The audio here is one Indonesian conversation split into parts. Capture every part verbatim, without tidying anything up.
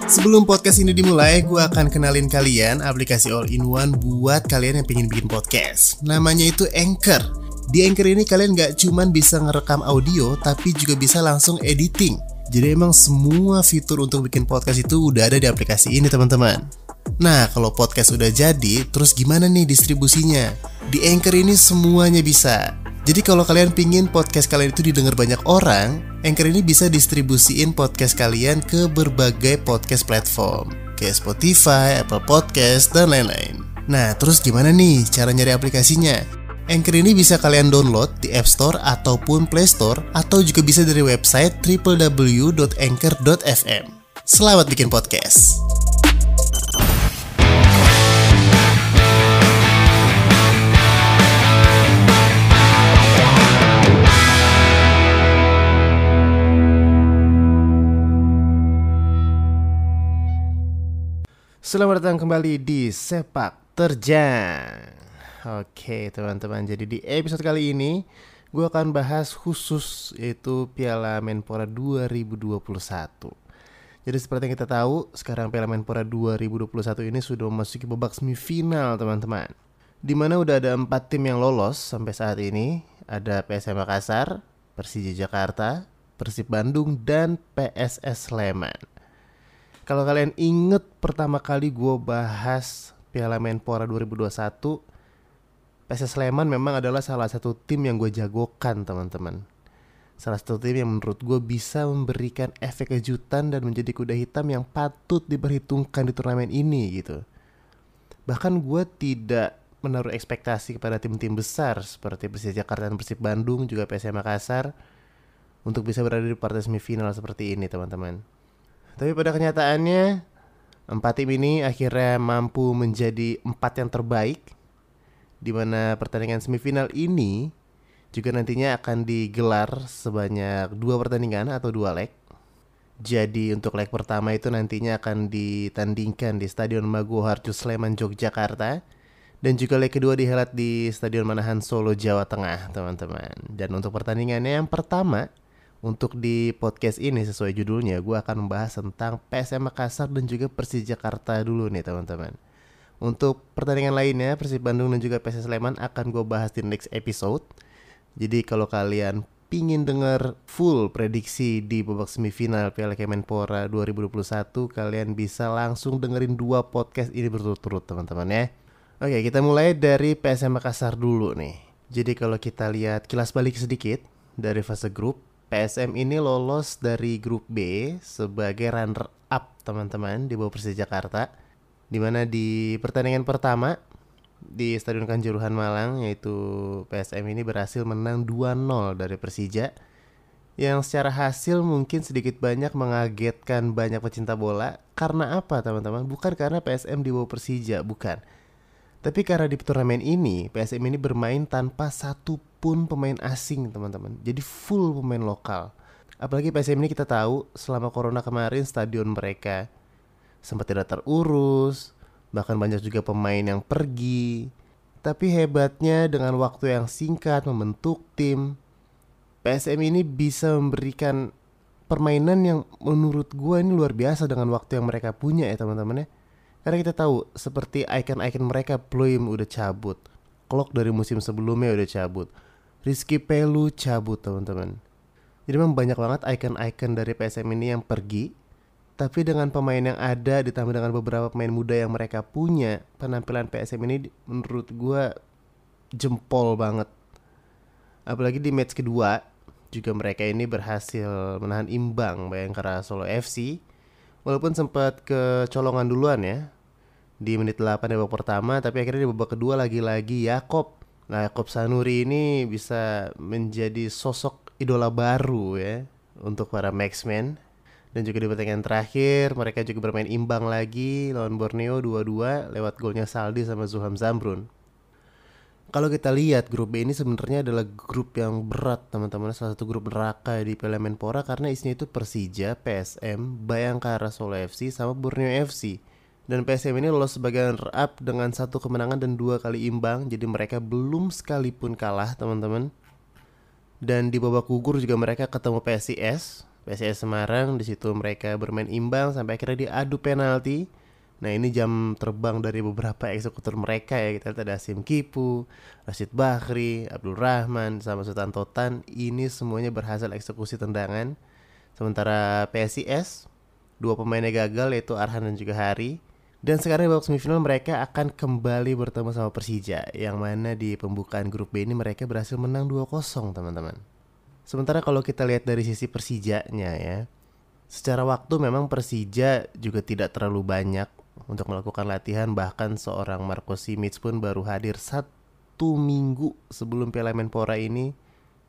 Sebelum podcast ini dimulai, gue akan kenalin kalian aplikasi all-in-one buat kalian yang pengen bikin podcast. Namanya itu Anchor. Di Anchor ini kalian gak cuman bisa ngerekam audio, tapi juga bisa langsung editing. Jadi emang semua fitur untuk bikin podcast itu udah ada di aplikasi ini, teman-teman. Nah, kalau podcast udah jadi, terus gimana nih distribusinya? Di Anchor ini semuanya bisa. Jadi kalau kalian pingin podcast kalian itu didengar banyak orang, Anchor ini bisa distribusiin podcast kalian ke berbagai podcast platform, kayak Spotify, Apple Podcast, dan lain-lain. Nah, terus gimana nih cara nyari aplikasinya? Anchor ini bisa kalian download di App Store ataupun Play Store, atau juga bisa dari website w w w dot anchor dot f m. Selamat bikin podcast! Selamat datang kembali di Sepak Terjang. Oke teman-teman, jadi di episode kali ini gue akan bahas khusus yaitu Piala Menpora dua ribu dua puluh satu. Jadi seperti yang kita tahu, sekarang Piala Menpora dua ribu dua puluh satu ini sudah memasuki babak semifinal teman-teman, dimana udah ada empat tim yang lolos sampai saat ini. Ada P S M Makassar, Persija Jakarta, Persib Bandung, dan P S S Sleman. Kalau kalian inget pertama kali gue bahas Piala Menpora dua ribu dua puluh satu, P S S Sleman memang adalah salah satu tim yang gue jagokan teman-teman. Salah satu tim yang menurut gue bisa memberikan efek kejutan dan menjadi kuda hitam yang patut diperhitungkan di turnamen ini gitu. Bahkan gue tidak menaruh ekspektasi kepada tim-tim besar seperti Persija Jakarta dan Persib Bandung, juga P S M Makassar, untuk bisa berada di partai semifinal seperti ini teman-teman. Tapi pada kenyataannya empat tim ini akhirnya mampu menjadi empat yang terbaik, di mana pertandingan semifinal ini juga nantinya akan digelar sebanyak dua pertandingan atau dua leg. Jadi untuk leg pertama itu nantinya akan ditandingkan di Stadion Maguwo Harjo Sleman Yogyakarta, dan juga leg kedua dihelat di Stadion Manahan Solo Jawa Tengah teman-teman. Dan untuk pertandingannya yang pertama, untuk di podcast ini sesuai judulnya, gue akan membahas tentang P S M Makassar dan juga Persija Jakarta dulu nih teman-teman. Untuk pertandingan lainnya, Persib Bandung dan juga P S S Sleman akan gue bahas di next episode. Jadi kalau kalian pingin denger full prediksi di babak semifinal Piala Menpora dua ribu dua puluh satu, kalian bisa langsung dengerin dua podcast ini berturut-turut teman-teman ya. Oke, kita mulai dari P S M Makassar dulu nih. Jadi kalau kita lihat kilas balik sedikit dari fase grup, P S M ini lolos dari grup B sebagai runner up teman-teman di bawah Persija Jakarta, dimana di pertandingan pertama di Stadion Kanjuruhan Malang, yaitu P S M ini berhasil menang dua nol dari Persija, yang secara hasil mungkin sedikit banyak mengagetkan banyak pecinta bola. Karena apa teman-teman? Bukan karena P S M di bawah Persija, bukan, tapi karena di turnamen ini P S M ini bermain tanpa satu pun pemain asing teman-teman. Jadi full pemain lokal. Apalagi P S M ini kita tahu selama corona kemarin stadion mereka sempat tidak terurus, bahkan banyak juga pemain yang pergi. Tapi hebatnya dengan waktu yang singkat membentuk tim, P S M ini bisa memberikan permainan yang menurut gue ini luar biasa dengan waktu yang mereka punya ya teman-teman ya. Karena kita tahu seperti icon-icon mereka, Ploim udah cabut, Klok dari musim sebelumnya udah cabut, Rizky Pelu cabut teman-teman. Jadi memang banyak banget icon-icon dari P S M ini yang pergi. Tapi dengan pemain yang ada ditambah dengan beberapa pemain muda yang mereka punya, penampilan P S M ini menurut gue jempol banget. Apalagi di match kedua juga mereka ini berhasil menahan imbang Bayangkara Solo F C, walaupun sempat kecolongan duluan ya di menit delapan di babak pertama, tapi akhirnya di babak kedua lagi-lagi Yakob. Nah, Yakob Sanuri ini bisa menjadi sosok idola baru ya untuk para Maxmen. Dan juga di pertandingan terakhir mereka juga bermain imbang lagi lawan Borneo dua dua lewat golnya Saldi sama Zuham Zambrun. Kalau kita lihat grup B ini sebenarnya adalah grup yang berat teman-teman, salah satu grup neraka di Piala Menpora karena isinya itu Persija, P S M, Bayangkara Solo F C sama Borneo F C. Dan P S M ini lolos sebagai runner up dengan satu kemenangan dan dua kali imbang. Jadi mereka belum sekalipun kalah teman-teman. Dan di babak gugur juga mereka ketemu P S I S P S I S Semarang. Di situ mereka bermain imbang sampai akhirnya diadu penalti. Nah ini jam terbang dari beberapa eksekutor mereka ya. Kita lihat ada Hasyim Kipu, Rashid Bahri, Abdul Rahman, sama Sultan Totan. Ini semuanya berhasil eksekusi tendangan. Sementara P S I S, dua pemainnya gagal yaitu Arhan dan juga Hari. Dan sekarang di babak semifinal mereka akan kembali bertemu sama Persija, yang mana di pembukaan grup B ini mereka berhasil menang dua kosong teman-teman. Sementara kalau kita lihat dari sisi Persijanya ya, secara waktu memang Persija juga tidak terlalu banyak untuk melakukan latihan. Bahkan seorang Marco Simic pun baru hadir satu minggu sebelum Piala Menpora ini.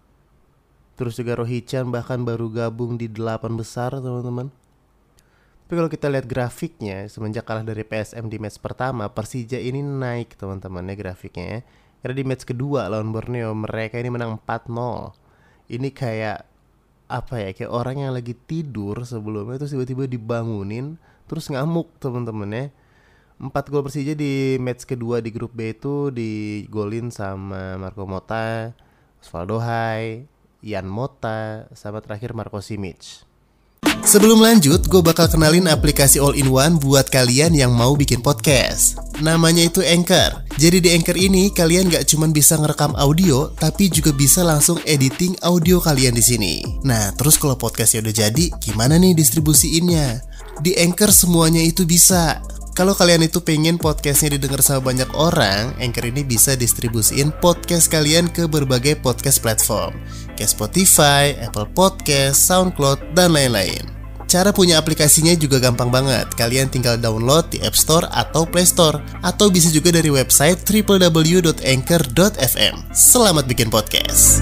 Terus juga Rohichan bahkan baru gabung di delapan besar teman-teman. Tapi kalau kita lihat grafiknya, semenjak kalah dari P S M di match pertama, Persija ini naik teman-teman ya grafiknya ya. Karena di match kedua lawan Borneo mereka ini menang empat nol. Ini kayak apa ya, kayak orang yang lagi tidur sebelumnya terus tiba-tiba dibangunin terus ngamuk teman-teman ya. Empat gol Persija di match kedua di grup B itu digolin sama Marco Motta, Osvaldo Hai, Yan Mota, sama terakhir Marco Simic. Sebelum lanjut, gue bakal kenalin aplikasi all-in-one buat kalian yang mau bikin podcast. Namanya itu Anchor. Jadi di Anchor ini kalian gak cuma bisa ngerekam audio, tapi juga bisa langsung editing audio kalian di sini. Nah, terus kalau podcastnya udah jadi, gimana nih distribusiinnya? Di Anchor semuanya itu bisa. Kalau kalian itu pengen podcastnya didengar sama banyak orang, Anchor ini bisa distribusiin podcast kalian ke berbagai podcast platform, kayak Spotify, Apple Podcast, SoundCloud, dan lain-lain. Cara punya aplikasinya juga gampang banget. Kalian tinggal download di App Store atau Play Store, atau bisa juga dari website w w w dot anchor dot f m. Selamat bikin podcast.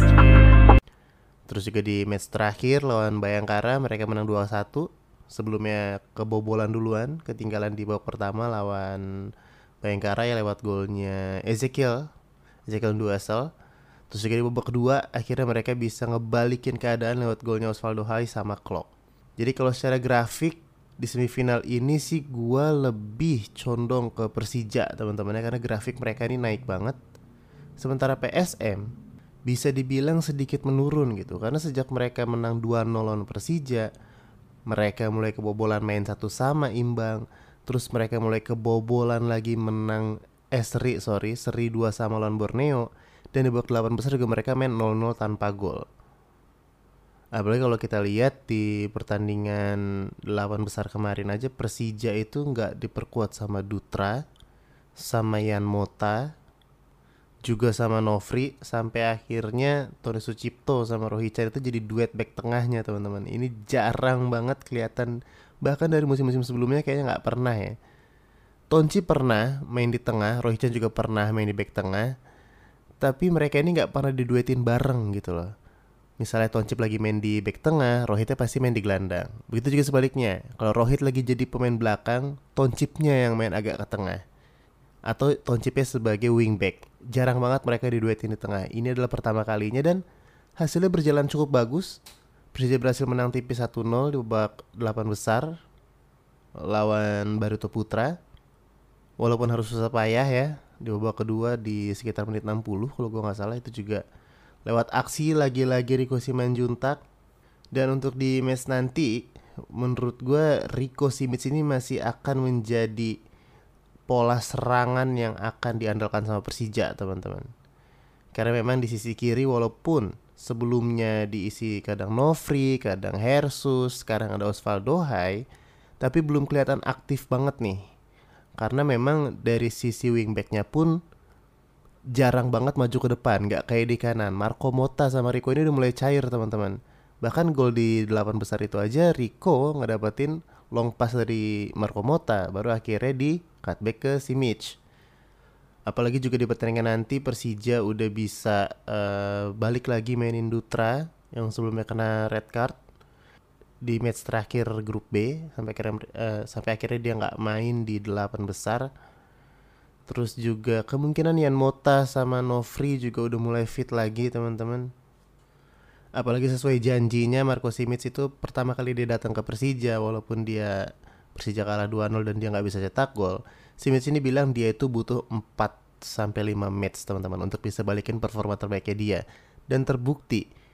Terus juga di match terakhir lawan Bayangkara mereka menang dua satu. Sebelumnya kebobolan duluan, ketinggalan di babak pertama lawan Bayangkara ya lewat golnya Ezekiel Ezekiel Duasel. Terus juga di babak kedua akhirnya mereka bisa ngebalikin keadaan lewat golnya Osvaldo Hai sama Klok. Jadi kalau secara grafik di semifinal ini sih gua lebih condong ke Persija teman-teman ya, karena grafik mereka ini naik banget. Sementara P S M bisa dibilang sedikit menurun gitu, karena sejak mereka menang dua nol lawan Persija, mereka mulai kebobolan main satu sama imbang. Terus mereka mulai kebobolan lagi menang Eh seri sorry Seri dua sama lawan Borneo. Dan di babak delapan besar juga mereka main nol nol tanpa gol. Apalagi kalau kita lihat di pertandingan delapan besar kemarin aja, Persija itu gak diperkuat sama Dutra, sama Yan Mota, juga sama Nofri. Sampai akhirnya Tony Sucipto sama Rohichan itu jadi duet back tengahnya teman-teman. Ini jarang banget kelihatan. Bahkan dari musim-musim sebelumnya kayaknya gak pernah ya. Tonci pernah main di tengah, Rohichan juga pernah main di back tengah, tapi mereka ini gak pernah diduetin bareng gitu loh. Misalnya Toncip lagi main di back tengah, Rohitnya pasti main di gelandang. Begitu juga sebaliknya. Kalau Rohit lagi jadi pemain belakang, Toncipnya yang main agak ke tengah, atau Toncipnya sebagai wingback. Jarang banget mereka diduetin di tengah. Ini adalah pertama kalinya dan hasilnya berjalan cukup bagus. Persija berhasil menang tipis satu nol di babak delapan besar lawan Barito Putra. Walaupun harus susah payah ya. Di babak kedua di sekitar menit enam puluh kalau gue gak salah, itu juga lewat aksi lagi-lagi Rico Simanjuntak. Dan untuk di match nanti, menurut gue Rico Simic ini masih akan menjadi pola serangan yang akan diandalkan sama Persija teman-teman. Karena memang di sisi kiri walaupun sebelumnya diisi kadang Nofri, kadang Hersus, sekarang ada Osvaldo Hai, tapi belum kelihatan aktif banget nih. Karena memang dari sisi wingbacknya pun jarang banget maju ke depan, gak kayak di kanan. Marco Motta sama Rico ini udah mulai cair teman-teman. Bahkan gol di delapan besar itu aja Rico ngedapetin long pass dari Marco Motta, baru akhirnya di cutback ke Simic. Apalagi juga di pertandingan nanti Persija udah bisa uh, balik lagi mainin Dutra yang sebelumnya kena red card di match terakhir grup B, sampai akhirnya uh, sampai akhirnya dia nggak main di delapan besar. Terus juga kemungkinan Yan Mota sama Nofri juga udah mulai fit lagi teman-teman. Apalagi sesuai janjinya Marco Simic itu pertama kali dia datang ke Persija, walaupun dia Persija kalah dua nol dan dia nggak bisa cetak gol, Simic ini bilang dia itu butuh empat sampai lima match teman-teman untuk bisa balikin performa terbaiknya dia. Dan terbukti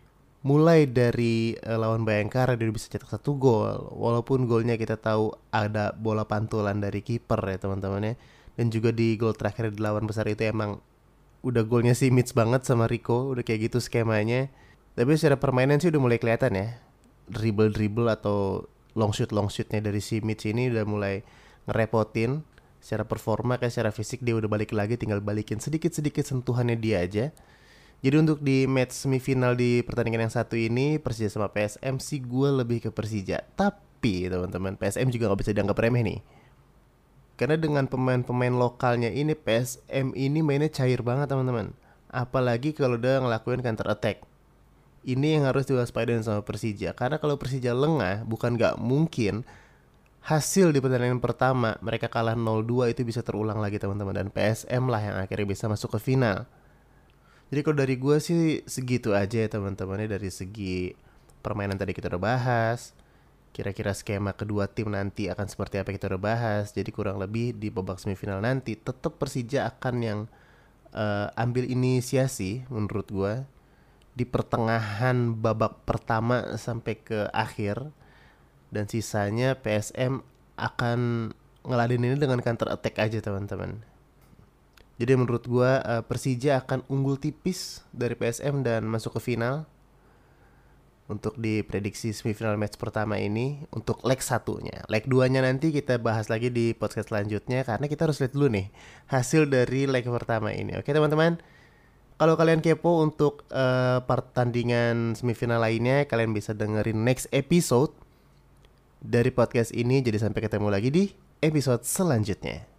Mulai dari uh, lawan Bayangkara dia bisa cetak satu gol, walaupun golnya kita tahu ada bola pantulan dari kiper ya teman-teman ya. Dan juga di gol terakhir di lawan besar itu emang udah golnya si Mitch banget sama Rico, udah kayak gitu skemanya. Tapi secara permainan sih udah mulai kelihatan ya, dribble-dribble atau long shoot long shootnya dari si Mitch ini udah mulai ngerepotin. Secara performa kayak secara fisik dia udah balik lagi, tinggal balikin sedikit-sedikit sentuhannya dia aja. Jadi untuk di match semifinal di pertandingan yang satu ini Persija sama P S M sih gue lebih ke Persija. Tapi teman-teman, P S M juga gak bisa dianggap remeh nih. Karena dengan pemain-pemain lokalnya ini P S M ini mainnya cair banget teman-teman. Apalagi kalau udah ngelakuin counter attack. Ini yang harus diwaspadain sama Persija. Karena kalau Persija lengah, bukan gak mungkin hasil di pertandingan pertama mereka kalah nol dua itu bisa terulang lagi teman-teman. Dan P S M lah yang akhirnya bisa masuk ke final. Jadi kalau dari gue sih segitu aja ya teman-temannya, dari segi permainan tadi kita udah bahas. Kira-kira skema kedua tim nanti akan seperti apa kita udah bahas. Jadi kurang lebih di babak semifinal nanti tetap Persija akan yang uh, ambil inisiasi menurut gue di pertengahan babak pertama sampai ke akhir. Dan sisanya P S M akan ngeladenin ini dengan counter attack aja teman-teman. Jadi menurut gue uh, Persija akan unggul tipis dari P S M dan masuk ke final. Untuk di prediksi semifinal match pertama ini untuk leg satunya. Leg duanya nanti kita bahas lagi di podcast selanjutnya, karena kita harus lihat dulu nih hasil dari leg pertama ini. Oke teman-teman, kalau kalian kepo untuk uh, pertandingan semifinal lainnya, kalian bisa dengerin next episode dari podcast ini. Jadi sampai ketemu lagi di episode selanjutnya.